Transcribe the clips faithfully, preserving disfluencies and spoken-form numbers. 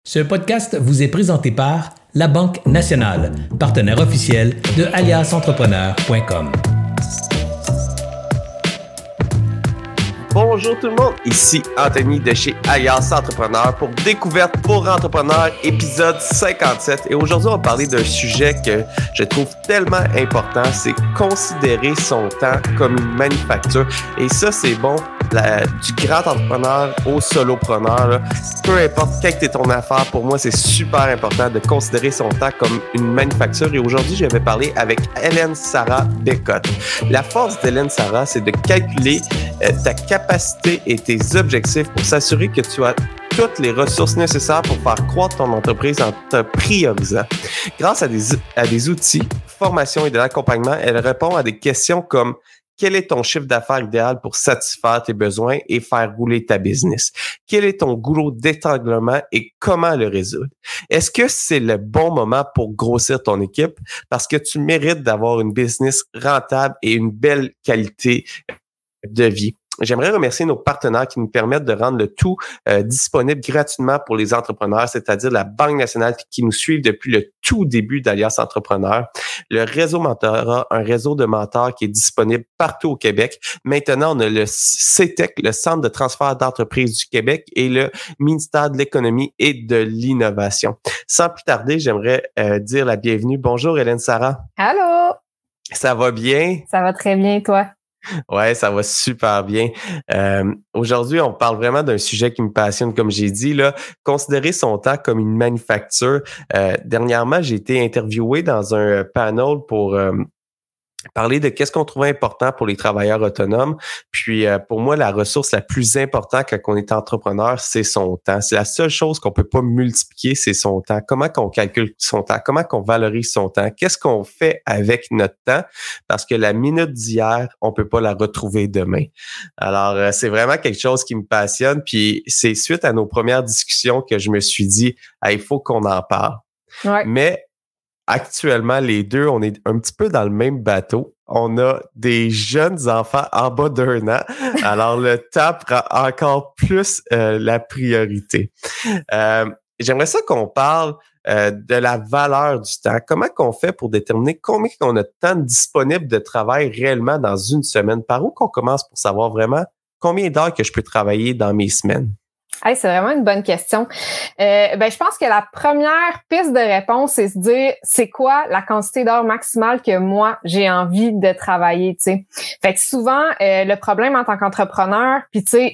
Ce podcast vous est présenté par La Banque Nationale, partenaire officiel de alias entrepreneur point com. Bonjour tout le monde, ici Anthony de chez Alias Entrepreneur pour Découverte pour Entrepreneurs, épisode cinquante-sept. Et aujourd'hui, on va parler d'un sujet que je trouve tellement important, c'est considérer son temps comme une manufacture. Et ça, c'est bon la, du grand entrepreneur au solopreneur. Là. Peu importe quelle que est ton affaire, pour moi, c'est super important de considérer son temps comme une manufacture. Et aujourd'hui, je vais parler avec Hélène Sarah Bécotte. La force d'Hélène Sarah, c'est de calculer euh, ta capacité capacité et tes objectifs pour s'assurer que tu as toutes les ressources nécessaires pour faire croître ton entreprise en te priorisant. Grâce à des, à des outils, formation et de l'accompagnement, elle répond à des questions comme quel est ton chiffre d'affaires idéal pour satisfaire tes besoins et faire rouler ta business? Quel est ton goulot d'étranglement et comment le résoudre? Est-ce que c'est le bon moment pour grossir ton équipe? Parce que tu mérites d'avoir une business rentable et une belle qualité de vie. J'aimerais remercier nos partenaires qui nous permettent de rendre le tout euh, disponible gratuitement pour les entrepreneurs, c'est-à-dire la Banque Nationale qui nous suit depuis le tout début d'Alias Entrepreneur, le réseau Mentorat, un réseau de mentors qui est disponible partout au Québec. Maintenant, on a le C E T E C, le Centre de transfert d'entreprise du Québec et le ministère de l'Économie et de l'Innovation. Sans plus tarder, j'aimerais euh, dire la bienvenue. Bonjour Hélène Sarah. Allô? Ça va bien? Ça va très bien, toi? Ouais, ça va super bien. Euh, aujourd'hui, on parle vraiment d'un sujet qui me passionne, comme j'ai dit, là, considérer son temps comme une manufacture. Euh, dernièrement, j'ai été interviewé dans un panel pour euh, parler de qu'est-ce qu'on trouvait important pour les travailleurs autonomes. Puis, euh, pour moi, la ressource la plus importante quand on est entrepreneur, c'est son temps. C'est la seule chose qu'on peut pas multiplier, c'est son temps. Comment qu'on calcule son temps? Comment qu'on valorise son temps? Qu'est-ce qu'on fait avec notre temps? Parce que la minute d'hier, on peut pas la retrouver demain. Alors, euh, c'est vraiment quelque chose qui me passionne. Puis, c'est suite à nos premières discussions que je me suis dit, ah, il faut qu'on en parle. Ouais. Mais actuellement, les deux, on est un petit peu dans le même bateau. On a des jeunes enfants en bas d'un an. Alors, le temps prend encore plus euh, la priorité. Euh, j'aimerais ça qu'on parle euh, de la valeur du temps. Comment qu'on fait pour déterminer combien on a de temps disponible de travail réellement dans une semaine? Par où qu'on commence pour savoir vraiment combien d'heures que je peux travailler dans mes semaines? Hey, c'est vraiment une bonne question. Euh, ben, je pense que la première piste de réponse, c'est se dire, c'est quoi la quantité d'heures maximale que moi, j'ai envie de travailler, tu sais. Fait que souvent, euh, le problème en tant qu'entrepreneur, puis tu sais,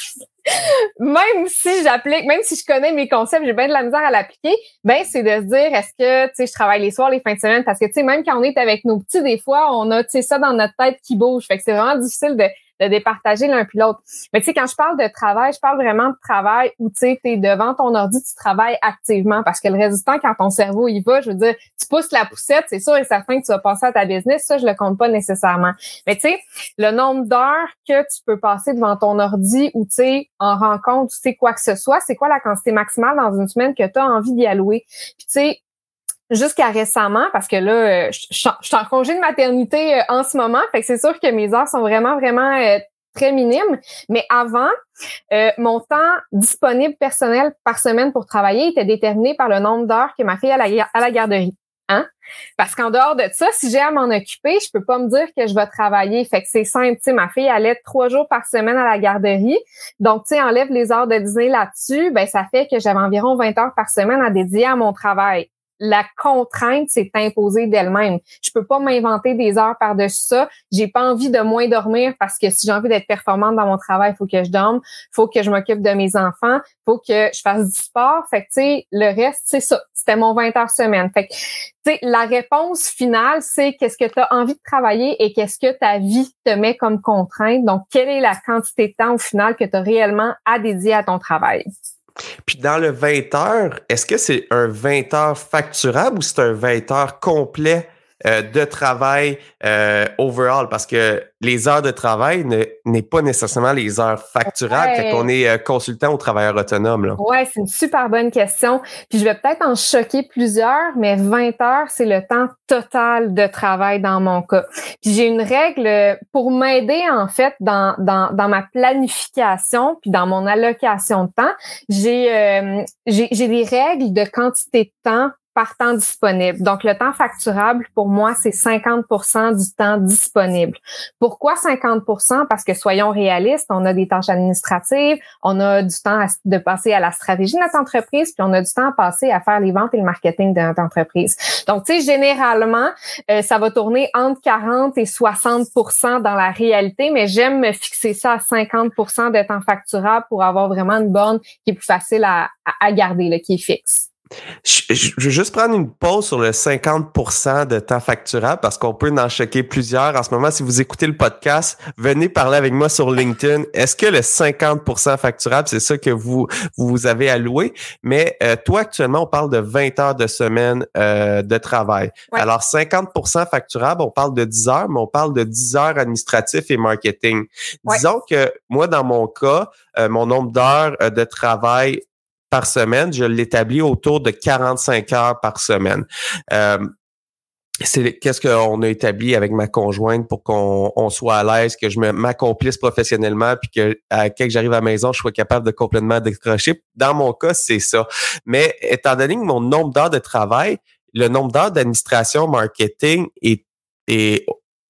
même si j'applique, même si je connais mes concepts, j'ai bien de la misère à l'appliquer, ben, c'est de se dire, est-ce que, tu sais, je travaille les soirs, les fins de semaine? Parce que, tu sais, même quand on est avec nos petits, des fois, on a, tu sais, ça dans notre tête qui bouge. Fait que c'est vraiment difficile de de départager l'un puis l'autre. Mais tu sais, quand je parle de travail, je parle vraiment de travail où tu sais, t'es devant ton ordi, tu travailles activement parce que le résistant, quand ton cerveau y va, je veux dire, tu pousses la poussette, c'est sûr et certain que tu vas passer à ta business, ça, je le compte pas nécessairement. Mais tu sais, le nombre d'heures que tu peux passer devant ton ordi ou tu sais, en rencontre, tu sais, quoi que ce soit, c'est quoi la quantité maximale dans une semaine que tu as envie d'y allouer. Puis tu sais, jusqu'à récemment, parce que là, je, je, je suis en congé de maternité euh, en ce moment, fait que c'est sûr que mes heures sont vraiment, vraiment euh, très minimes. Mais avant, euh, mon temps disponible personnel par semaine pour travailler était déterminé par le nombre d'heures que ma fille a à la, à la garderie. Hein? Parce qu'en dehors de ça, si j'ai à m'en occuper, je peux pas me dire que je vais travailler. Fait que c'est simple, tu sais, ma fille allait trois jours par semaine à la garderie. Donc, tu sais, enlève les heures de dîner là-dessus, ben ça fait que j'avais environ vingt heures par semaine à dédier à mon travail. La contrainte s'est imposée d'elle-même. Je peux pas m'inventer des heures par-dessus ça. J'ai pas envie de moins dormir parce que si j'ai envie d'être performante dans mon travail, il faut que je dorme, faut que je m'occupe de mes enfants, faut que je fasse du sport. Fait que, tu sais, le reste, c'est ça. C'était mon vingt heures semaine. Fait que, tu sais, la réponse finale, c'est qu'est-ce que tu as envie de travailler et qu'est-ce que ta vie te met comme contrainte. Donc, quelle est la quantité de temps au final que tu as réellement à dédier à ton travail? Puis dans le vingt heures, est-ce que c'est un vingt heures facturable ou c'est un vingt heures complet euh, de travail euh, overall, parce que les heures de travail ne, n'est pas nécessairement les heures facturables ouais. quand on est euh, consultant ou travailleur autonome. Là. Ouais, c'est une super bonne question. Puis je vais peut-être en choquer plusieurs, mais vingt heures, c'est le temps total de travail dans mon cas. Puis j'ai une règle pour m'aider en fait dans dans dans ma planification puis dans mon allocation de temps. J'ai euh, j'ai j'ai des règles de quantité de temps par temps disponible. Donc, le temps facturable, pour moi, c'est cinquante pour cent du temps disponible. Pourquoi cinquante pour cent? Parce que, soyons réalistes, on a des tâches administratives, on a du temps à, de passer à la stratégie de notre entreprise, puis on a du temps à passer à faire les ventes et le marketing de notre entreprise. Donc, tu sais, généralement, euh, ça va tourner entre quarante et soixante pour cent dans la réalité, mais j'aime me fixer ça à cinquante pour cent de temps facturable pour avoir vraiment une borne qui est plus facile à, à, à garder, là, qui est fixe. Je, je veux juste prendre une pause sur le cinquante pour cent de temps facturable parce qu'on peut en choquer plusieurs. En ce moment, si vous écoutez le podcast, venez parler avec moi sur LinkedIn. Est-ce que le cinquante pour cent facturable, c'est ça que vous vous avez alloué? Mais euh, toi, actuellement, on parle de vingt heures de semaine euh, de travail. Ouais. Alors, cinquante pour cent facturable, on parle de dix heures, mais on parle de dix heures administratifs et marketing. Ouais. Disons que moi, dans mon cas, euh, mon nombre d'heures euh, de travail par semaine, je l'établis autour de quarante-cinq heures par semaine. Euh, c'est qu'est-ce qu'on a établi avec ma conjointe pour qu'on on soit à l'aise, que je me, m'accomplisse professionnellement, puis que à quand j'arrive à la maison, je sois capable de complètement décrocher. Dans mon cas, c'est ça. Mais étant donné que mon nombre d'heures de travail, le nombre d'heures d'administration marketing est, est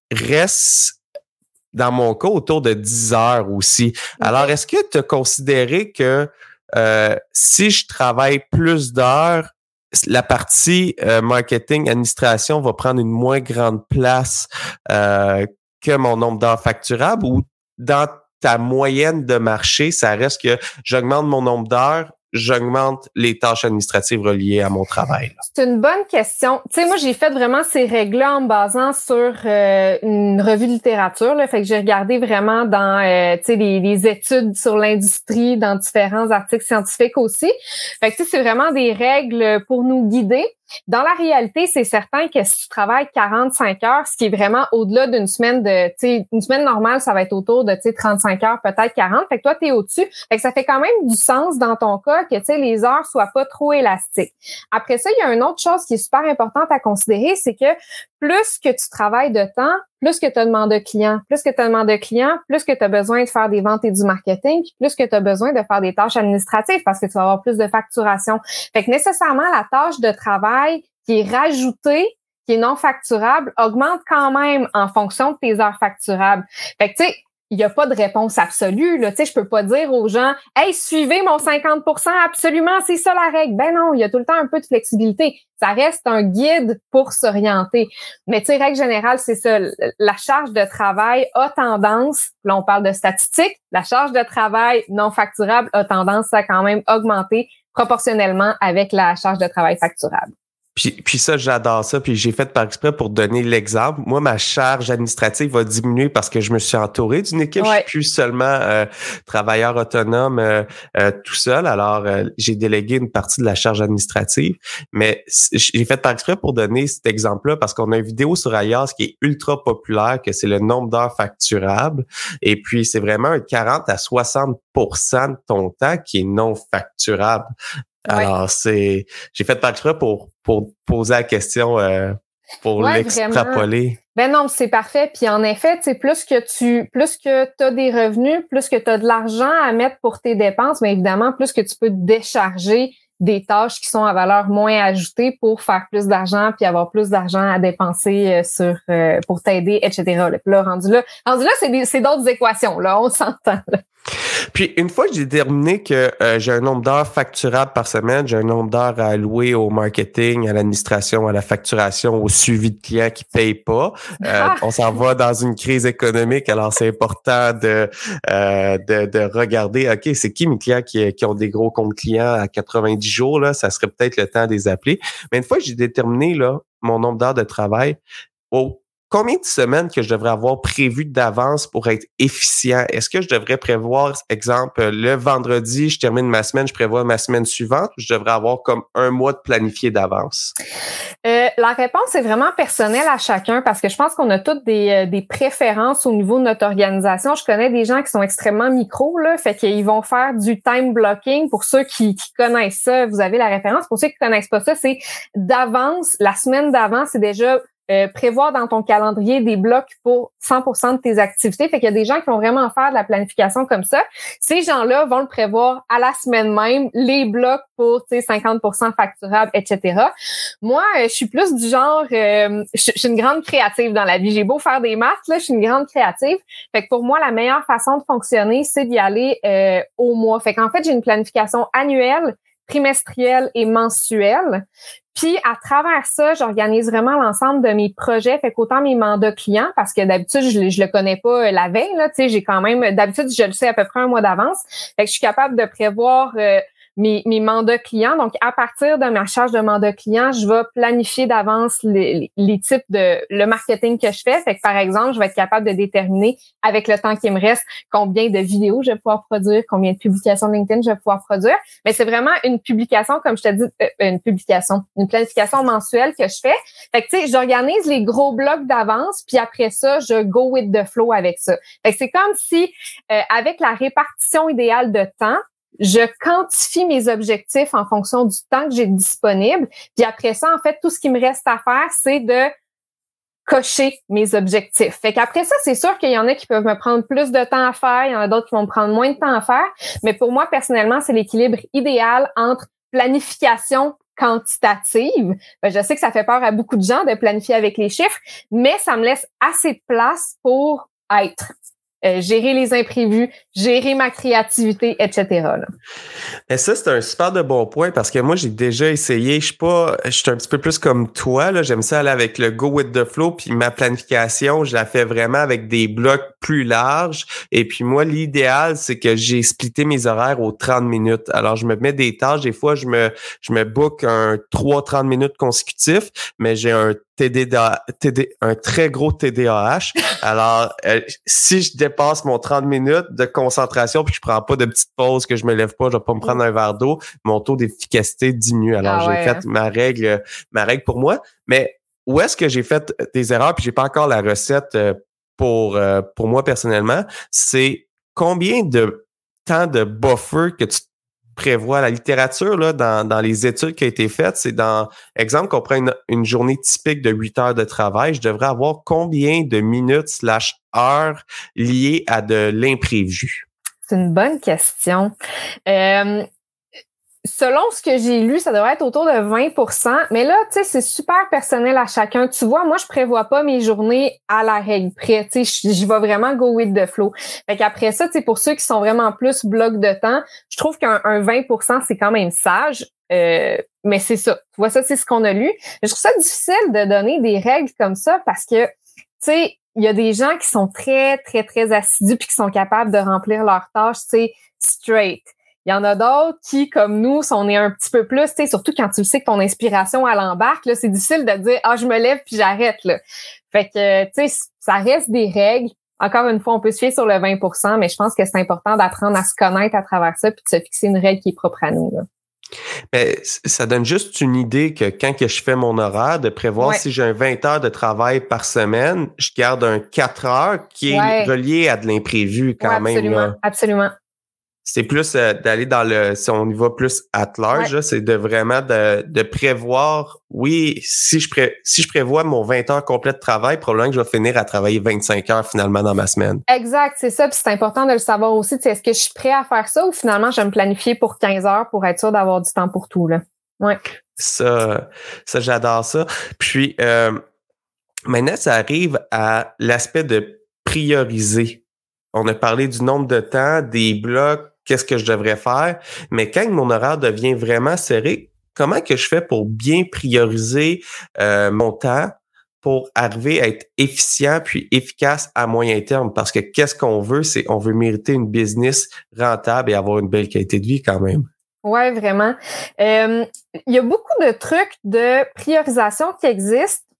reste dans mon cas autour de dix heures aussi. Alors, est-ce que tu as considéré que Euh, si je travaille plus d'heures, la partie euh, marketing, administration va prendre une moins grande place euh, que mon nombre d'heures facturables, ou dans ta moyenne de marché, ça reste que j'augmente mon nombre d'heures, j'augmente les tâches administratives reliées à mon travail. Là. C'est une bonne question. Tu sais, moi, j'ai fait vraiment ces règles-là en me basant sur euh, une revue de littérature. Là. Fait que j'ai regardé vraiment dans euh, tu sais, les, les études sur l'industrie, dans différents articles scientifiques aussi. Fait que tu sais, c'est vraiment des règles pour nous guider. Dans la réalité, c'est certain que si tu travailles quarante-cinq heures, ce qui est vraiment au-delà d'une semaine de, tu sais, une semaine normale, ça va être autour de, tu sais, trente-cinq heures, peut-être quarante. Fait que toi, t'es au-dessus. Fait que ça fait quand même du sens dans ton cas que, tu sais, les heures soient pas trop élastiques. Après ça, il y a une autre chose qui est super importante à considérer, c'est que plus que tu travailles de temps, plus que tu as demande de clients, plus que tu as demande de clients, plus que tu as besoin de faire des ventes et du marketing, puis plus que tu as besoin de faire des tâches administratives parce que tu vas avoir plus de facturation. Fait que nécessairement, la tâche de travail qui est rajoutée, qui est non facturable, augmente quand même en fonction de tes heures facturables. Fait que tu sais, il n'y a pas de réponse absolue, là. Tu sais, je peux pas dire aux gens, hey, suivez mon cinquante pour cent, absolument, c'est ça la règle. Ben non, il y a tout le temps un peu de flexibilité. Ça reste un guide pour s'orienter. Mais tu sais, règle générale, c'est ça. La charge de travail a tendance, là, on parle de statistiques, la charge de travail non facturable a tendance à quand même augmenter proportionnellement avec la charge de travail facturable. Puis, puis ça, j'adore ça. Puis j'ai fait par exprès pour donner l'exemple. Moi, ma charge administrative va diminuer parce que je me suis entouré d'une équipe. Ouais. Je suis plus seulement euh, travailleur autonome euh, euh, tout seul. Alors, euh, j'ai délégué une partie de la charge administrative. Mais j'ai fait par exprès pour donner cet exemple-là parce qu'on a une vidéo sur Ayas qui est ultra populaire, que c'est le nombre d'heures facturables. Et puis, c'est vraiment un quarante à soixante pour cent de ton temps qui est non facturable. Alors, ouais. c'est, j'ai fait par exprès pour, pour poser la question, euh, pour ouais, l'extrapoler. Ben non, c'est parfait. Puis en effet, tu sais, plus que tu, plus que tu as des revenus, plus que tu as de l'argent à mettre pour tes dépenses, mais évidemment, plus que tu peux décharger des tâches qui sont à valeur moins ajoutée pour faire plus d'argent puis avoir plus d'argent à dépenser euh, sur euh, pour t'aider, et cetera. Là, là rendu là, rendu là, c'est, des, c'est d'autres équations. Là, on s'entend. Là. Puis, une fois que j'ai déterminé que euh, j'ai un nombre d'heures facturables par semaine, j'ai un nombre d'heures à allouer au marketing, à l'administration, à la facturation, au suivi de clients qui payent pas, euh, ah! on s'en va dans une crise économique. Alors, c'est important de, euh, de de regarder, OK, c'est qui mes clients qui, qui ont des gros comptes clients à quatre-vingt-dix jours, là, ça serait peut-être le temps de les appeler. Mais une fois que j'ai déterminé là mon nombre d'heures de travail, oh, combien de semaines que je devrais avoir prévu d'avance pour être efficient? Est-ce que je devrais prévoir, exemple, le vendredi, je termine ma semaine, je prévois ma semaine suivante, ou je devrais avoir comme un mois de planifié d'avance? Euh, la réponse est vraiment personnelle à chacun parce que je pense qu'on a toutes des, euh, des préférences au niveau de notre organisation. Je connais des gens qui sont extrêmement micro, là, fait qu'ils vont faire du time blocking. Pour ceux qui, qui connaissent ça, vous avez la référence. Pour ceux qui connaissent pas ça, c'est d'avance, la semaine d'avant, c'est déjà Euh, prévoir dans ton calendrier des blocs pour cent pour cent de tes activités. Fait qu'il y a des gens qui vont vraiment faire de la planification comme ça. Ces gens-là vont le prévoir à la semaine même, les blocs pour, tu sais, cinquante pour cent facturables, et cetera. Moi, euh, je suis plus du genre, euh, je suis une grande créative dans la vie. J'ai beau faire des maths, là, je suis une grande créative. Fait que pour moi, la meilleure façon de fonctionner, c'est d'y aller euh, au mois. Fait qu'en fait, j'ai une planification annuelle, trimestrielle et mensuelle. Puis, à travers ça, j'organise vraiment l'ensemble de mes projets, fait qu'autant mes mandats clients, parce que d'habitude, je, je le connais pas la veille, là, tu sais, j'ai quand même, d'habitude, je le sais à peu près un mois d'avance. Fait que je suis capable de prévoir euh, mes, mes mandats clients. Donc, à partir de ma charge de mandat client, je vais planifier d'avance les, les, les types de, le marketing que je fais. Fait que, par exemple, je vais être capable de déterminer avec le temps qui me reste combien de vidéos je vais pouvoir produire, combien de publications LinkedIn je vais pouvoir produire. Mais c'est vraiment une publication, comme je te dis, euh, une publication, une planification mensuelle que je fais. Fait que, tu sais, j'organise les gros blocs d'avance, puis après ça, je go with the flow avec ça. Fait que c'est comme si, euh, avec la répartition idéale de temps, je quantifie mes objectifs en fonction du temps que j'ai disponible. Puis après ça, en fait, tout ce qui me reste à faire, c'est de cocher mes objectifs. Fait qu'après ça, c'est sûr qu'il y en a qui peuvent me prendre plus de temps à faire, il y en a d'autres qui vont me prendre moins de temps à faire. Mais pour moi, personnellement, c'est l'équilibre idéal entre planification quantitative. Ben, je sais que ça fait peur à beaucoup de gens de planifier avec les chiffres, mais ça me laisse assez de place pour être. Euh, gérer les imprévus, gérer ma créativité, et cetera. Là. Et ça, c'est un super de bon point parce que moi, j'ai déjà essayé. Je suis pas, je suis un petit peu plus comme toi, là. J'aime ça aller avec le go with the flow. Puis ma planification, je la fais vraiment avec des blocs plus larges. Et puis moi, l'idéal, c'est que j'ai splitté mes horaires aux trente minutes. Alors, je me mets des tâches. Des fois, je me, je me book un trois trente minutes consécutifs, mais j'ai un T D, T D, un très gros T D A H. Alors, euh, si je dépasse mon trente minutes de concentration puis que je prends pas de petite pause, que je me lève pas, je vais pas me prendre un verre d'eau, mon taux d'efficacité diminue. Alors, ah j'ai ouais. fait ma règle, ma règle pour moi. Mais où est-ce que j'ai fait des erreurs puis j'ai pas encore la recette pour, pour moi personnellement, c'est combien de temps de buffer que tu prévoit la littérature là dans dans les études qui ont été faites, c'est dans exemple qu'on prend une, une journée typique de huit heures de travail, je devrais avoir combien de minutes slash heures liées à de l'imprévu? C'est une bonne question. Euh, selon ce que j'ai lu, ça devrait être autour de vingt pour cent. Mais là, tu sais, c'est super personnel à chacun. Tu vois, moi, je prévois pas mes journées à la règle près. Tu sais, j'y vais vraiment go with the flow. Fait qu'après ça, tu sais, pour ceux qui sont vraiment plus bloc de temps, je trouve qu'un un vingt pour cent, c'est quand même sage. Euh, mais c'est ça. Tu vois, ça, c'est ce qu'on a lu. Je trouve ça difficile de donner des règles comme ça parce que, tu sais, il y a des gens qui sont très, très, très assidus puis qui sont capables de remplir leurs tâches, tu sais, straight. Il y en a d'autres qui, comme nous, on est un petit peu plus, tu sais, surtout quand tu sais que ton inspiration, elle embarque, là, c'est difficile de dire, ah, je me lève puis j'arrête, là. Fait que, tu sais, ça reste des règles. Encore une fois, on peut se fier sur le vingt pour cent, mais je pense que c'est important d'apprendre à se connaître à travers ça puis de se fixer une règle qui est propre à nous, là. Mais ça donne juste une idée que quand que je fais mon horaire, de prévoir ouais. si j'ai un vingt heures de travail par semaine, je garde un quatre heures qui est ouais. relié à de l'imprévu quand ouais, absolument, même. Là. Absolument. C'est plus euh, d'aller dans le, si on y va plus at large, ouais. là, c'est de vraiment de, de prévoir, oui, si je pré, si je prévois mon vingt heures complet de travail, probablement que je vais finir à travailler vingt-cinq heures finalement dans ma semaine. Exact, c'est ça, puis c'est important de le savoir aussi, tu sais, est-ce que je suis prêt à faire ça ou finalement je vais me planifier pour quinze heures pour être sûr d'avoir du temps pour tout, là. Ouais. Ça, ça j'adore ça. Puis, euh, maintenant, ça arrive à l'aspect de prioriser. On a parlé du nombre de temps, des blocs, qu'est-ce que je devrais faire. Mais quand mon horaire devient vraiment serré, comment que je fais pour bien prioriser euh, mon temps pour arriver à être efficient puis efficace à moyen terme? Parce que qu'est-ce qu'on veut? C'est on veut mériter une business rentable et avoir une belle qualité de vie quand même. Ouais, vraiment. Euh, il y a beaucoup de trucs de priorisation qui existent.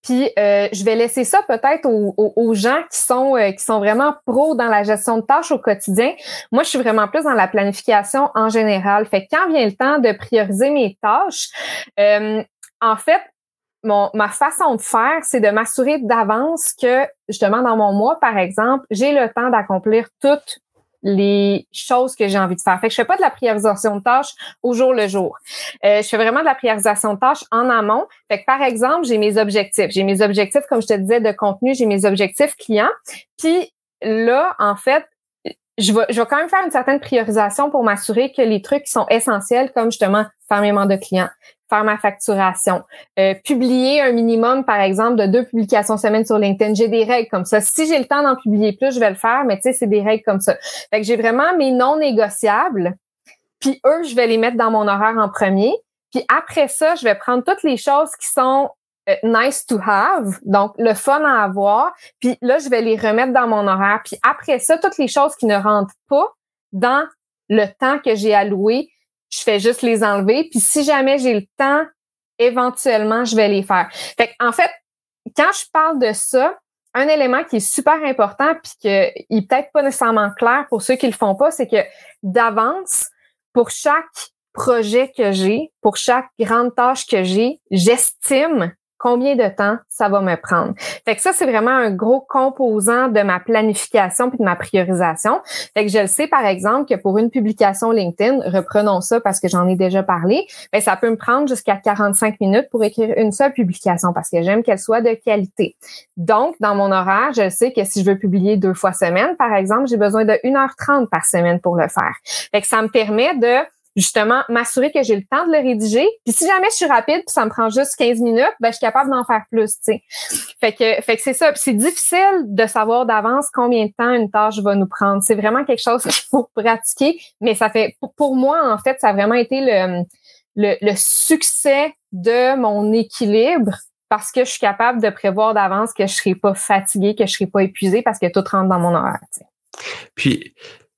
Puis euh, je vais laisser ça peut-être aux, aux, aux gens qui sont euh, qui sont vraiment pros dans la gestion de tâches au quotidien. Moi, je suis vraiment plus dans la planification en général. Fait que quand vient le temps de prioriser mes tâches, euh, en fait, mon ma façon de faire, c'est de m'assurer d'avance que, justement, dans mon mois, par exemple, j'ai le temps d'accomplir toutes les choses que j'ai envie de faire. Fait que je fais pas de la priorisation de tâches au jour le jour. Euh, je fais vraiment de la priorisation de tâches en amont. Fait que, par exemple, j'ai mes objectifs. J'ai mes objectifs, comme je te disais, de contenu. J'ai mes objectifs clients. Puis là, en fait, je vais, je vais quand même faire une certaine priorisation pour m'assurer que les trucs qui sont essentiels, comme justement faire mes mandats clients, faire ma facturation, euh, publier un minimum, par exemple, de deux publications semaine sur LinkedIn. J'ai des règles comme ça. Si j'ai le temps d'en publier plus, je vais le faire, mais tu sais, c'est des règles comme ça. Fait que j'ai vraiment mes non négociables, puis eux, je vais les mettre dans mon horaire en premier. Puis après ça, je vais prendre toutes les choses qui sont euh, nice to have, donc le fun à avoir, puis là, je vais les remettre dans mon horaire. Puis après ça, toutes les choses qui ne rentrent pas dans le temps que j'ai alloué, je fais juste les enlever. Puis si jamais j'ai le temps, éventuellement, je vais les faire. Fait qu'en fait, quand je parle de ça, un élément qui est super important puis qui est peut-être pas nécessairement clair pour ceux qui le font pas, c'est que d'avance, pour chaque projet que j'ai, pour chaque grande tâche que j'ai, j'estime combien de temps ça va me prendre. Fait que ça, c'est vraiment un gros composant de ma planification puis de ma priorisation. Fait que je le sais, par exemple, que pour une publication LinkedIn, reprenons ça parce que j'en ai déjà parlé, ben ça peut me prendre jusqu'à quarante-cinq minutes pour écrire une seule publication parce que j'aime qu'elle soit de qualité. Donc, dans mon horaire, je sais que si je veux publier deux fois semaine, par exemple, j'ai besoin de une heure trente par semaine pour le faire. Fait que ça me permet de justement m'assurer que j'ai le temps de le rédiger. Puis si jamais je suis rapide puis ça me prend juste quinze minutes, ben je suis capable d'en faire plus, tu sais. Fait que fait que c'est ça. Puis c'est difficile de savoir d'avance combien de temps une tâche va nous prendre. C'est vraiment quelque chose qu'il faut pratiquer, mais ça fait pour moi en fait, ça a vraiment été le le, le succès de mon équilibre parce que je suis capable de prévoir d'avance que je serai pas fatiguée, que je serai pas épuisée parce que tout rentre dans mon horaire, tu sais. Puis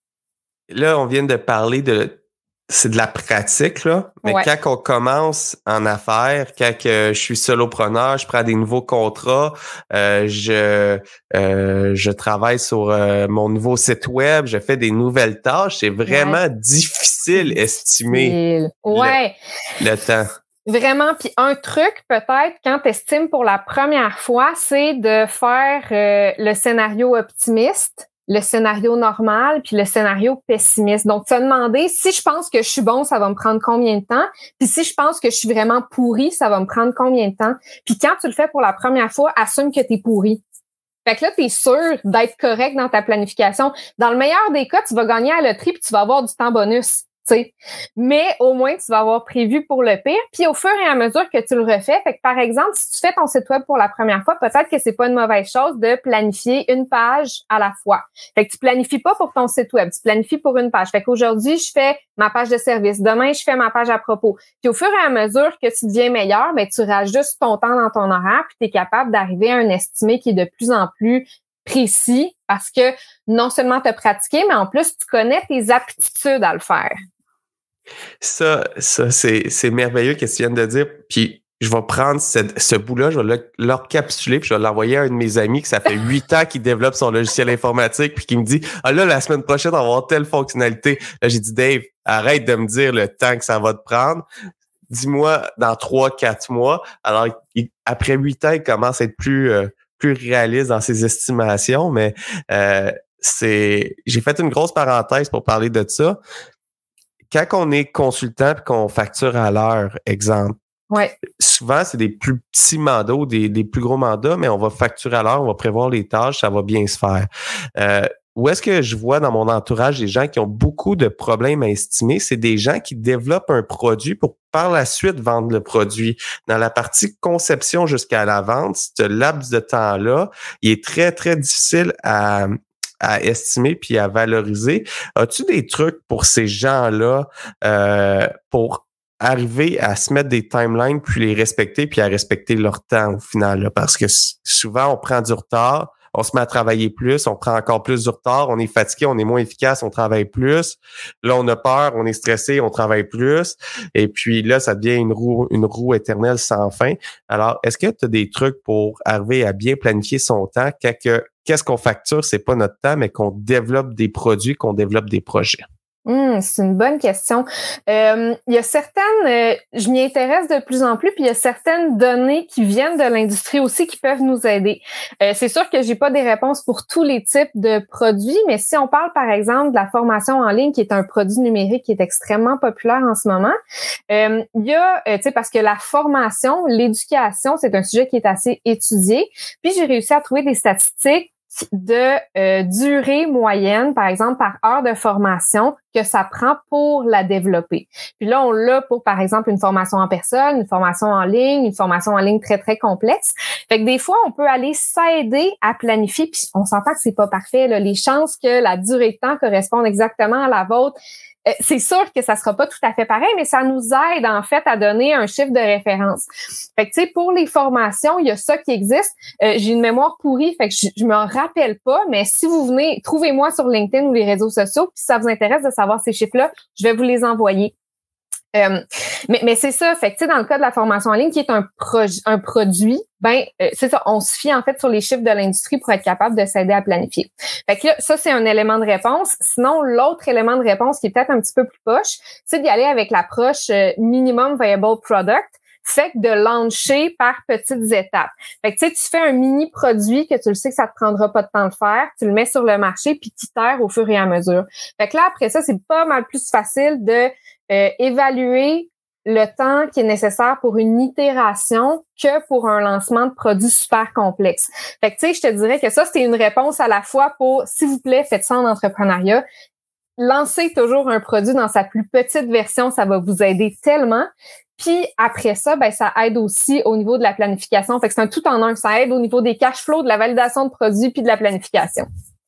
là, on vient de parler de c'est de la pratique, là. Mais ouais. Quand on commence en affaires, quand que je suis solopreneur, je prends des nouveaux contrats, euh, je euh, je travaille sur euh, mon nouveau site web, je fais des nouvelles tâches, c'est vraiment ouais. difficile d'estimer ouais. le, le temps. Vraiment. Puis un truc, peut-être, quand tu estimes pour la première fois, c'est de faire euh, le scénario optimiste, le scénario normal, puis le scénario pessimiste. Donc, te demander si je pense que je suis bon, ça va me prendre combien de temps? Puis si je pense que je suis vraiment pourri, ça va me prendre combien de temps? Puis quand tu le fais pour la première fois, assume que t'es pourri. Fait que là, t'es sûr d'être correct dans ta planification. Dans le meilleur des cas, tu vas gagner à la loterie puis tu vas avoir du temps bonus. T'sais. Mais au moins, tu vas avoir prévu pour le pire. Puis au fur et à mesure que tu le refais, fait que par exemple, si tu fais ton site web pour la première fois, peut-être que c'est pas une mauvaise chose de planifier une page à la fois. Fait que tu planifies pas pour ton site web, tu planifies pour une page. Fait qu'aujourd'hui, je fais ma page de service. Demain, je fais ma page à propos. Puis au fur et à mesure que tu deviens meilleur, ben tu rajustes ton temps dans ton horaire puis tu es capable d'arriver à un estimé qui est de plus en plus précis parce que non seulement tu as pratiqué, mais en plus, tu connais tes aptitudes à le faire. Ça, ça c'est, c'est merveilleux ce que tu viens de dire. Puis je vais prendre ce, ce bout-là, je vais le, le recapituler, puis je vais l'envoyer à un de mes amis qui ça fait huit ans qu'il développe son logiciel informatique, puis qui me dit « Ah là, la semaine prochaine, on va avoir telle fonctionnalité. » Là, j'ai dit « Dave, arrête de me dire le temps que ça va te prendre. Dis-moi dans trois, quatre mois. » Alors, il, après huit ans, il commence à être plus, euh, plus réaliste dans ses estimations, mais euh, c'est j'ai fait une grosse parenthèse pour parler de ça. Quand on est consultant et qu'on facture à l'heure, exemple, ouais. souvent, c'est des plus petits mandats ou des, des plus gros mandats, mais on va facturer à l'heure, on va prévoir les tâches, ça va bien se faire. Euh, où est-ce que je vois dans mon entourage des gens qui ont beaucoup de problèmes à estimer? C'est des gens qui développent un produit pour par la suite vendre le produit. Dans la partie conception jusqu'à la vente, ce laps de temps-là, il est très, très difficile à... à estimer puis à valoriser. As-tu des trucs pour ces gens-là euh, pour arriver à se mettre des timelines puis les respecter puis à respecter leur temps au final? Là? Parce que souvent, on prend du retard, on se met à travailler plus, on prend encore plus du retard, on est fatigué, on est moins efficace, on travaille plus. Là, on a peur, on est stressé, on travaille plus. Et puis là, ça devient une roue, une roue éternelle sans fin. Alors, est-ce que tu as des trucs pour arriver à bien planifier son temps quand que, qu'est-ce qu'on facture, c'est pas notre temps, mais qu'on développe des produits, qu'on développe des projets? Hum, c'est une bonne question. Euh, il y a certaines, euh, je m'y intéresse de plus en plus, puis il y a certaines données qui viennent de l'industrie aussi qui peuvent nous aider. Euh, c'est sûr que j'ai pas des réponses pour tous les types de produits, mais si on parle par exemple de la formation en ligne, qui est un produit numérique qui est extrêmement populaire en ce moment, euh, il y a, euh, tu sais, parce que la formation, l'éducation, c'est un sujet qui est assez étudié. Puis j'ai réussi à trouver des statistiques de euh, durée moyenne, par exemple, par heure de formation que ça prend pour la développer. Puis là, on l'a pour, par exemple, une formation en personne, une formation en ligne, une formation en ligne très, très complexe. Fait que des fois, on peut aller s'aider à planifier, puis on s'entend que c'est pas parfait, là. Les chances que la durée de temps corresponde exactement à la vôtre, euh, c'est sûr que ça sera pas tout à fait pareil, mais ça nous aide, en fait, à donner un chiffre de référence. Fait que, tu sais, pour les formations, il y a ça qui existe. Euh, j'ai une mémoire pourrie, fait que je, je me rappelle pas, mais si vous venez, trouvez-moi sur LinkedIn ou les réseaux sociaux, puis si ça vous intéresse de savoir ces chiffres-là, je vais vous les envoyer. Euh, mais mais c'est ça, fait que tu sais, dans le cas de la formation en ligne qui est un projet, un produit, ben euh, c'est ça, on se fie en fait sur les chiffres de l'industrie pour être capable de s'aider à planifier. Fait que là, ça c'est un élément de réponse. Sinon, l'autre élément de réponse qui est peut-être un petit peu plus poche, c'est d'y aller avec l'approche euh, minimum viable product. Fait que de lancer par petites étapes. Fait que tu sais, tu fais un mini produit que tu le sais que ça te prendra pas de temps de faire, tu le mets sur le marché puis tu itères au fur et à mesure. Fait que là après ça, c'est pas mal plus facile de euh, évaluer le temps qui est nécessaire pour une itération que pour un lancement de produit super complexe. Fait que tu sais, je te dirais que ça c'est une réponse à la fois pour s'il vous plaît, faites ça en entrepreneuriat. Lancez toujours un produit dans sa plus petite version, ça va vous aider tellement. Puis après ça, ben ça aide aussi au niveau de la planification. Fait que c'est un tout en un. Ça aide au niveau des cash flows, de la validation de produits puis de la planification.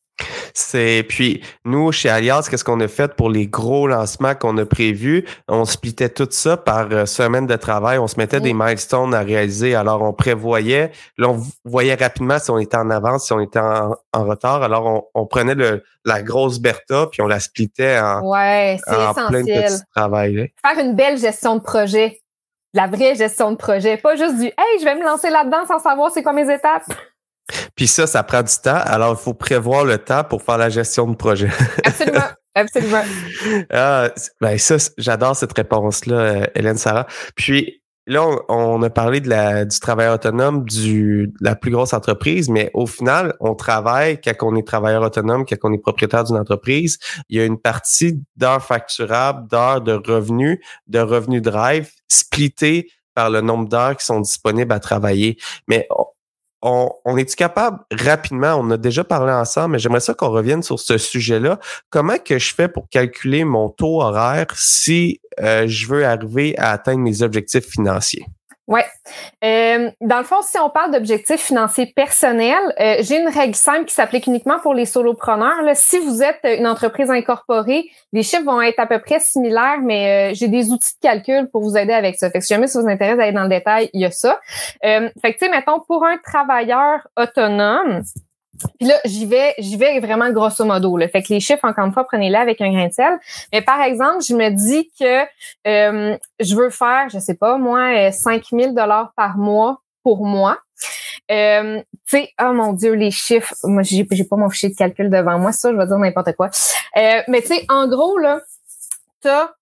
C'est puis nous chez Alias, qu'est-ce qu'on a fait pour les gros lancements qu'on a prévus? On splittait tout ça par euh, semaine de travail. On se mettait mmh. des milestones à réaliser. Alors on prévoyait, là on voyait rapidement si on était en avance, si on était en, en retard. Alors on, on prenait le la grosse Bertha puis on la splittait en, ouais, c'est en essentiel. plein de petits travail. Là. Faire une belle gestion de projet, la vraie gestion de projet, pas juste du hey je vais me lancer là-dedans sans savoir c'est quoi mes étapes. Puis ça, ça prend du temps. Alors, il faut prévoir le temps pour faire la gestion de projet. Absolument. Absolument. Ah, ben ça, j'adore cette réponse-là, Hélène Sarah. Puis là, on, on a parlé de la, du travail autonome du, de la plus grosse entreprise, mais au final, on travaille quand on est travailleur autonome, quand on est propriétaire d'une entreprise. Il y a une partie d'heures facturables, d'heures de revenus, de revenus drive, splittés par le nombre d'heures qui sont disponibles à travailler. Mais on, On, on est-tu capable rapidement, on a déjà parlé ensemble, mais j'aimerais ça qu'on revienne sur ce sujet-là. Comment que je fais pour calculer mon taux horaire si euh, je veux arriver à atteindre mes objectifs financiers? Ouais. Euh, dans le fond, si on parle d'objectifs financiers personnels, euh, j'ai une règle simple qui s'applique uniquement pour les solopreneurs. Là. Si vous êtes une entreprise incorporée, les chiffres vont être à peu près similaires, mais euh, j'ai des outils de calcul pour vous aider avec ça. Fait que si jamais ça vous intéresse d'aller dans le détail, il y a ça. Euh, fait que tu sais, mettons, pour un travailleur autonome, puis là, j'y vais, j'y vais vraiment grosso modo. Là. Fait que les chiffres, encore une fois, prenez-les avec un grain de sel. Mais par exemple, je me dis que euh, je veux faire, je sais pas, moi, cinq mille dollars par mois pour moi. Euh, tu sais, oh mon Dieu, les chiffres. Moi, j'ai, j'ai pas mon fichier de calcul devant moi. Ça, je vais dire n'importe quoi. Euh, mais tu sais, en gros, là, t'as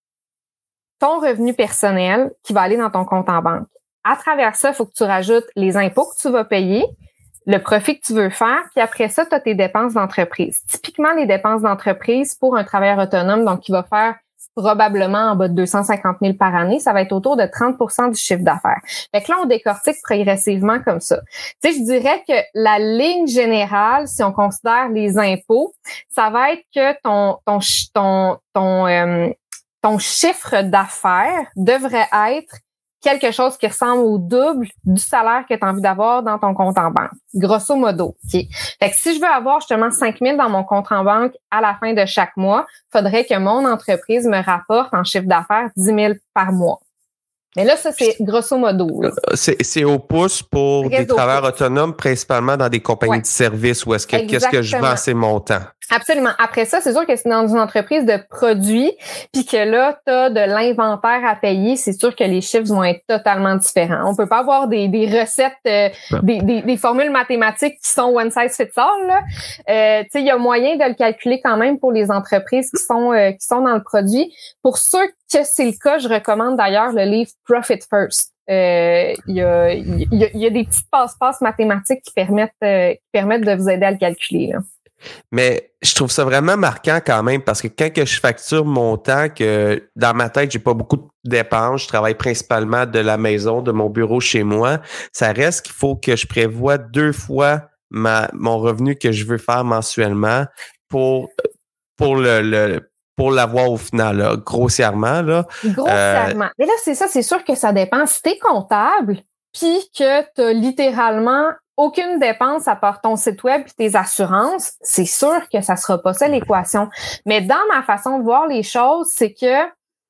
ton revenu personnel qui va aller dans ton compte en banque. À travers ça, il faut que tu rajoutes les impôts que tu vas payer, le profit que tu veux faire, puis après ça, tu as tes dépenses d'entreprise. Typiquement, les dépenses d'entreprise pour un travailleur autonome, donc qui va faire probablement en bas de deux cent cinquante mille par année, ça va être autour de trente pour cent du chiffre d'affaires. Fait que là, on décortique progressivement comme ça. Tu sais, je dirais que la ligne générale, si on considère les impôts, ça va être que ton ton ton ton, euh, ton chiffre d'affaires devrait être quelque chose qui ressemble au double du salaire que tu as envie d'avoir dans ton compte en banque. Grosso modo. Okay. Fait que si je veux avoir justement cinq mille dans mon compte en banque à la fin de chaque mois, il faudrait que mon entreprise me rapporte en chiffre d'affaires dix mille par mois. Mais là, ça, c'est grosso modo. C'est, c'est au pouce pour Très des travailleurs pouce. autonomes, principalement dans des compagnies ouais. de services où est-ce que Exactement. qu'est-ce que je vends, c'est mon temps. Absolument. Après ça, c'est sûr que c'est dans une entreprise de produits, puis que là, tu as de l'inventaire à payer, c'est sûr que les chiffres vont être totalement différents. On peut pas avoir des, des recettes, euh, ouais. des, des, des formules mathématiques qui sont one size fits all. Là. Euh, tu sais, il y a moyen de le calculer quand même pour les entreprises qui sont euh, qui sont dans le produit. Pour ceux que c'est le cas, je recommande d'ailleurs le livre Profit First. Euh, il y a il y a, il y a des petites passe-passe mathématiques qui permettent euh, qui permettent de vous aider à le calculer. Là. Mais je trouve ça vraiment marquant quand même parce que quand que je facture mon temps, que dans ma tête, j'ai pas beaucoup de dépenses, je travaille principalement de la maison, de mon bureau chez moi, ça reste qu'il faut que je prévoie deux fois ma mon revenu que je veux faire mensuellement pour pour le, le pour l'avoir au final, là, grossièrement. Là. Grossièrement. Euh, Mais là, c'est ça, c'est sûr que ça dépend. Si t'es comptable, puis que t'as littéralement aucune dépense à part ton site web et tes assurances, c'est sûr que ça sera pas ça l'équation. Mais dans ma façon de voir les choses, c'est que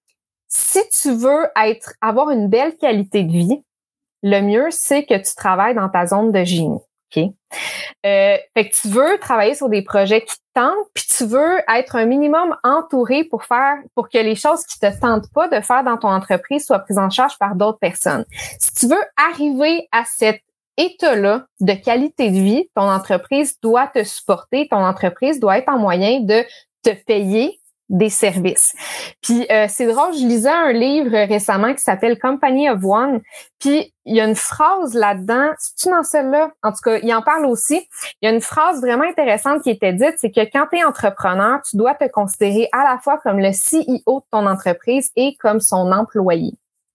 si tu veux être avoir une belle qualité de vie, le mieux, c'est que tu travailles dans ta zone de génie. OK? Euh, fait que tu veux travailler sur des projets qui te tentent, puis tu veux être un minimum entouré pour faire, pour que les choses qui te tentent pas de faire dans ton entreprise soient prises en charge par d'autres personnes. Si tu veux arriver à cet état-là de qualité de vie, ton entreprise doit te supporter, ton entreprise doit être en moyen de te payer des services. Puis euh, c'est drôle, je lisais un livre récemment qui s'appelle Company of One, puis il y a une phrase là-dedans, c'est-tu dans celle-là? En tout cas, il en parle aussi. Il y a une phrase vraiment intéressante qui était dite, c'est que quand tu es entrepreneur, tu dois te considérer à la fois comme le C E O de ton entreprise et comme son employé.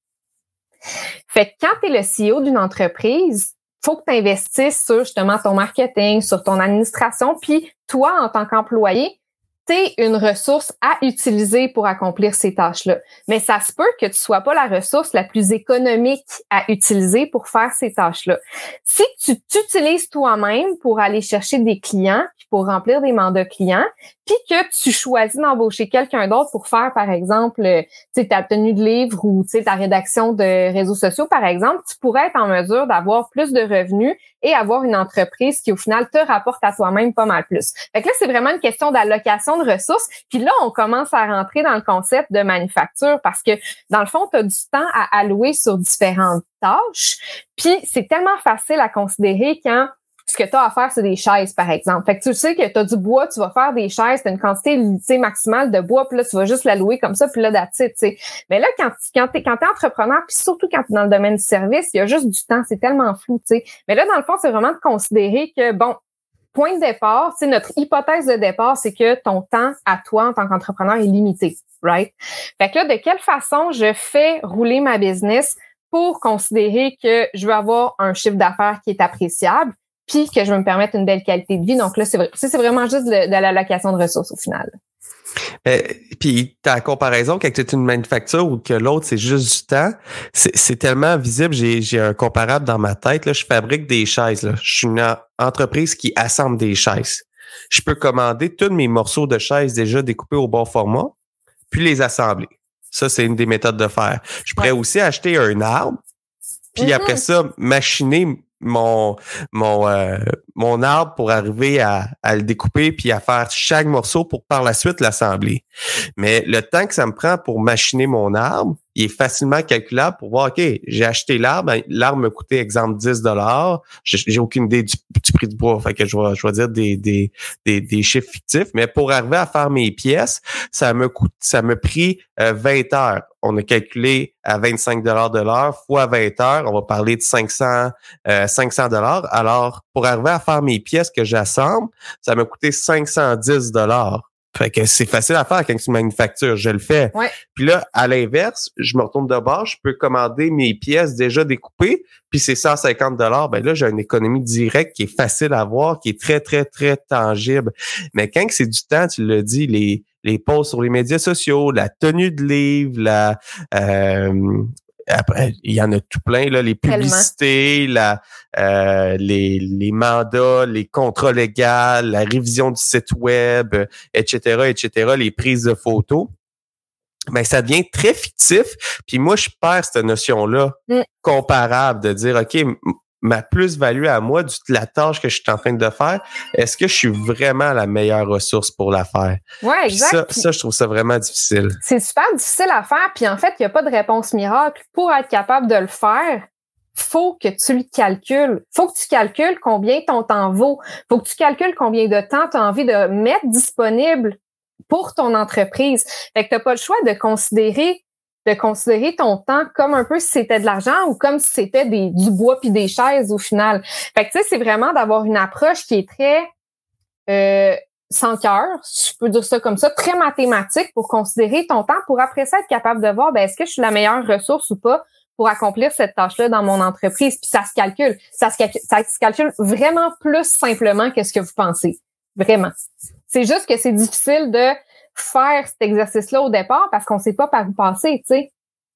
Fait que quand tu es le C E O d'une entreprise, faut que tu investisses sur justement ton marketing, sur ton administration, puis toi, en tant qu'employé, t'es une ressource à utiliser pour accomplir ces tâches-là. Mais ça se peut que tu sois pas la ressource la plus économique à utiliser pour faire ces tâches-là. Si tu t'utilises toi-même pour aller chercher des clients, puis pour remplir des mandats clients, puis que tu choisis d'embaucher quelqu'un d'autre pour faire, par exemple, tu sais, ta tenue de livre ou tu sais, ta rédaction de réseaux sociaux, par exemple, tu pourrais être en mesure d'avoir plus de revenus et avoir une entreprise qui, au final, te rapporte à toi-même pas mal plus. Fait que là, c'est vraiment une question d'allocation de ressources. Puis là, on commence à rentrer dans le concept de manufacture parce que, dans le fond, tu as du temps à allouer sur différentes tâches. Puis, c'est tellement facile à considérer quand ce que tu as à faire, c'est des chaises, par exemple. Fait que tu sais que tu as du bois, tu vas faire des chaises, tu as une quantité limitée maximale de bois, puis là, tu vas juste la louer comme ça, puis là, that's it, tu sais. Mais là, quand, quand tu es quand t'es entrepreneur, puis surtout quand tu es dans le domaine du service, il y a juste du temps, c'est tellement flou, tu sais. Mais là, dans le fond, c'est vraiment de considérer que, bon, point de départ, c'est notre hypothèse de départ, c'est que ton temps à toi en tant qu'entrepreneur est limité, right? Fait que là, de quelle façon je fais rouler ma business pour considérer que je veux avoir un chiffre d'affaires qui est appréciable, puis que je veux me permettre une belle qualité de vie. Donc là, c'est vrai, ça, c'est vraiment juste de, de l'allocation de ressources au final. Euh, puis ta comparaison quand tu es une manufacture ou que l'autre c'est juste du temps, c'est, c'est tellement visible. J'ai, j'ai un comparable dans ma tête. Là, je fabrique des chaises. Là. Je suis une entreprise qui assemble des chaises. Je peux commander tous mes morceaux de chaises déjà découpés au bon format, puis les assembler. Ça, c'est une des méthodes de faire. Je pourrais ouais. aussi acheter un arbre, puis mm-hmm. après ça, machiner mon mon euh, mon arbre pour arriver à, à le découper puis à faire chaque morceau pour par la suite l'assembler. Mais le temps que ça me prend pour machiner mon arbre, il est facilement calculable pour voir, OK, j'ai acheté l'arbre, l'arbre me coûtait, exemple, dix dollars. J'ai, j'ai aucune idée du, du prix du bois, fait que je vais, je vais dire des, des, des, des chiffres fictifs. Mais pour arriver à faire mes pièces, ça me coûte, ça me pris euh, vingt heures. On a calculé à vingt-cinq dollars de l'heure fois vingt heures. On va parler de cinq cents, euh, cinq cents dollars. Alors, pour arriver à faire mes pièces que j'assemble, ça m'a coûté cinq cent dix dollars. Fait que c'est facile à faire quand c'est une manufacture, je le fais. Ouais. Puis là, à l'inverse, je me retourne de bord, je peux commander mes pièces déjà découpées, puis c'est cent cinquante dollars. Ben là, j'ai une économie directe qui est facile à voir, qui est très, très, très tangible. Mais quand c'est du temps, tu l'as dit, les les posts sur les médias sociaux, la tenue de livre, la euh, après, il y en a tout plein, là, les publicités, la, euh, les, les mandats, les contrats légaux, la révision du site web, et cetera, et cetera, les prises de photos. ben ça devient très fictif. Puis moi, je perds cette notion-là mm. comparable de dire, OK, m- ma plus-value à moi, de la tâche que je suis en train de faire, est-ce que je suis vraiment la meilleure ressource pour la faire? Oui, exact. Ça, ça, je trouve ça vraiment difficile. C'est super difficile à faire. Puis en fait, il n'y a pas de réponse miracle. Pour être capable de le faire, faut que tu le calcules. Faut que tu calcules combien ton temps vaut. Faut que tu calcules combien de temps tu as envie de mettre disponible pour ton entreprise. Fait que tu n'as pas le choix de considérer de considérer ton temps comme un peu si c'était de l'argent ou comme si c'était des, du bois puis des chaises au final. Fait que tu sais, c'est vraiment d'avoir une approche qui est très euh, sans cœur, si je peux dire ça comme ça, très mathématique pour considérer ton temps, pour après ça être capable de voir, ben est-ce que je suis la meilleure ressource ou pas pour accomplir cette tâche-là dans mon entreprise. Puis ça se calcule. Ça se calcule, ça se calcule vraiment plus simplement que ce que vous pensez. Vraiment. C'est juste que c'est difficile de faire cet exercice-là au départ parce qu'on ne sait pas par où passer, tu sais.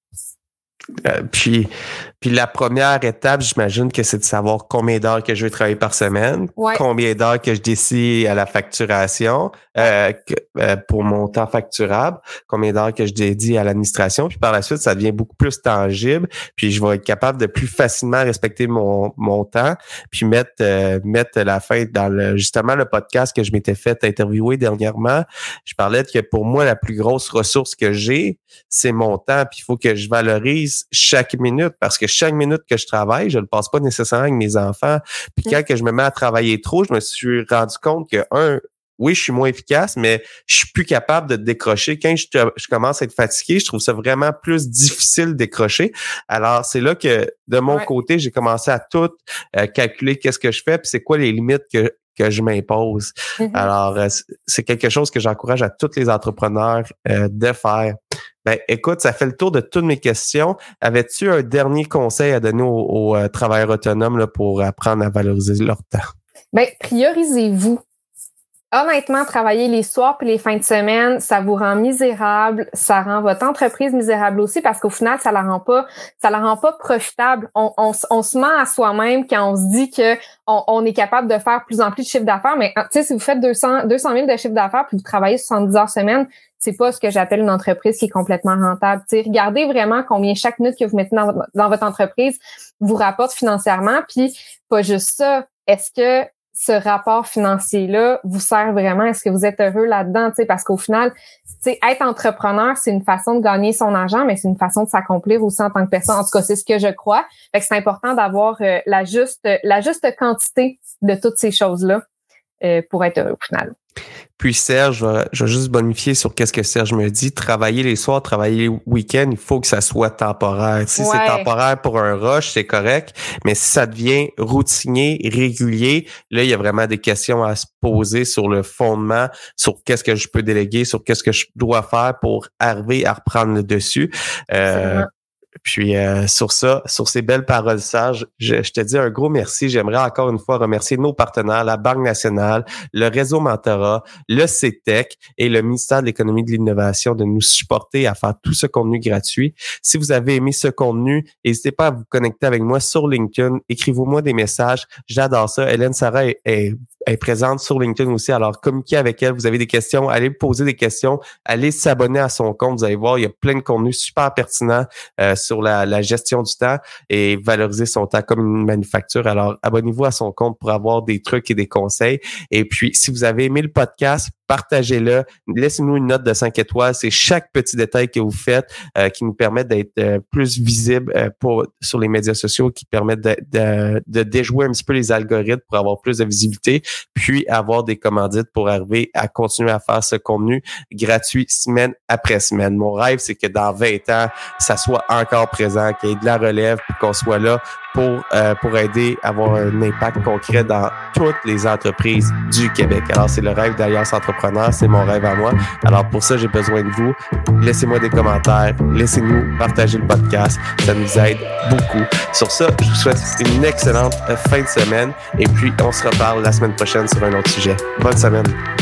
Euh, puis, puis la première étape, j'imagine que c'est de savoir combien d'heures que je vais travailler par semaine, ouais. combien d'heures que je décide à la facturation euh, que, euh, pour mon temps facturable, combien d'heures que je dédie à l'administration. Puis par la suite, ça devient beaucoup plus tangible. Puis je vais être capable de plus facilement respecter mon, mon temps, puis mettre euh, mettre la fin dans le justement le podcast que je m'étais fait interviewer dernièrement. Je parlais que pour moi, la plus grosse ressource que j'ai, c'est mon temps. Puis il faut que je valorise chaque minute parce que chaque minute que je travaille, je le passe pas nécessairement avec mes enfants. Puis quand que je me mets à travailler trop, je me suis rendu compte que un, oui, je suis moins efficace, mais je suis plus capable de décrocher. Quand je, je commence à être fatigué, je trouve ça vraiment plus difficile de décrocher. Alors, c'est là que de mon ouais. côté, j'ai commencé à tout euh, calculer qu'est-ce que je fais, puis c'est quoi les limites que que je m'impose. Mm-hmm. Alors, euh, c'est quelque chose que j'encourage à tous les entrepreneurs euh, de faire. Ben, écoute, ça fait le tour de toutes mes questions. Avais-tu un dernier conseil à donner aux, aux euh, travailleurs autonomes là, pour apprendre à valoriser leur temps? Ben, priorisez-vous. Honnêtement, travailler les soirs puis les fins de semaine, ça vous rend misérable, ça rend votre entreprise misérable aussi parce qu'au final, ça la rend pas, ça la rend pas profitable. On, on, on se ment à soi-même quand on se dit que on, on est capable de faire plus en plus de chiffre d'affaires. Mais tu sais, si vous faites deux cents mille de chiffre d'affaires puis vous travaillez soixante-dix heures semaine, c'est pas ce que j'appelle une entreprise qui est complètement rentable. Tu sais, regardez vraiment combien chaque minute que vous mettez dans votre, dans votre entreprise vous rapporte financièrement. Puis pas juste ça. Est-ce que ce rapport financier-là vous sert vraiment? Est-ce que vous êtes heureux là-dedans? Tu sais, parce qu'au final, tu sais, être entrepreneur, c'est une façon de gagner son argent, mais c'est une façon de s'accomplir aussi en tant que personne. En tout cas, c'est ce que je crois. Fait que c'est important d'avoir euh, la juste, la juste quantité de toutes ces choses-là euh, pour être heureux au final. Puis Serge, je vais, je vais juste bonifier sur qu'est-ce que Serge me dit. Travailler les soirs, travailler les week-ends, il faut que ça soit temporaire. Si ouais. c'est temporaire pour un rush, c'est correct. Mais si ça devient routinier, régulier, là, il y a vraiment des questions à se poser sur le fondement, sur qu'est-ce que je peux déléguer, sur qu'est-ce que je dois faire pour arriver à reprendre le dessus. Euh, Puis euh, sur ça, sur ces belles paroles sages, je, je te dis un gros merci. J'aimerais encore une fois remercier nos partenaires, la Banque nationale, le Réseau Mentorat, le C E T E C et le ministère de l'Économie et de l'Innovation de nous supporter à faire tout ce contenu gratuit. Si vous avez aimé ce contenu, n'hésitez pas à vous connecter avec moi sur LinkedIn. Écrivez-moi des messages. J'adore ça. Hélène Sarah est, est, est présente sur LinkedIn aussi. Alors, communiquez avec elle. Vous avez des questions, allez poser des questions. Allez s'abonner à son compte. Vous allez voir, il y a plein de contenus super pertinents euh, sur la, la gestion du temps et valoriser son temps comme une manufacture. Alors, abonnez-vous à son compte pour avoir des trucs et des conseils. Et puis, si vous avez aimé le podcast, partagez-le. Laissez-nous une note de cinq étoiles. C'est chaque petit détail que vous faites euh, qui nous permet d'être euh, plus visible euh, pour, sur les médias sociaux, qui permettent de, de, de déjouer un petit peu les algorithmes pour avoir plus de visibilité, puis avoir des commandites pour arriver à continuer à faire ce contenu gratuit semaine après semaine. Mon rêve, c'est que dans vingt ans, ça soit encore présent, qu'il y ait de la relève, puis qu'on soit là pour euh, pour aider à avoir un impact concret dans toutes les entreprises du Québec. Alors, c'est le rêve d'Alliance Entrepreneur, c'est mon rêve à moi. Alors, pour ça, j'ai besoin de vous. Laissez-moi des commentaires, laissez-nous partager le podcast, ça nous aide beaucoup. Sur ça, je vous souhaite une excellente fin de semaine et puis on se reparle la semaine prochaine sur un autre sujet. Bonne semaine!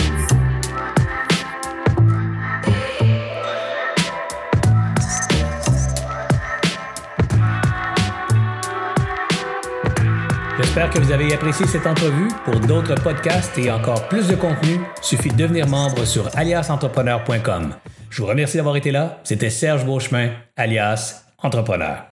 J'espère que vous avez apprécié cette entrevue. Pour d'autres podcasts et encore plus de contenu, suffit de devenir membre sur alias entrepreneur point com. Je vous remercie d'avoir été là. C'était Serge Beauchemin, alias Entrepreneur.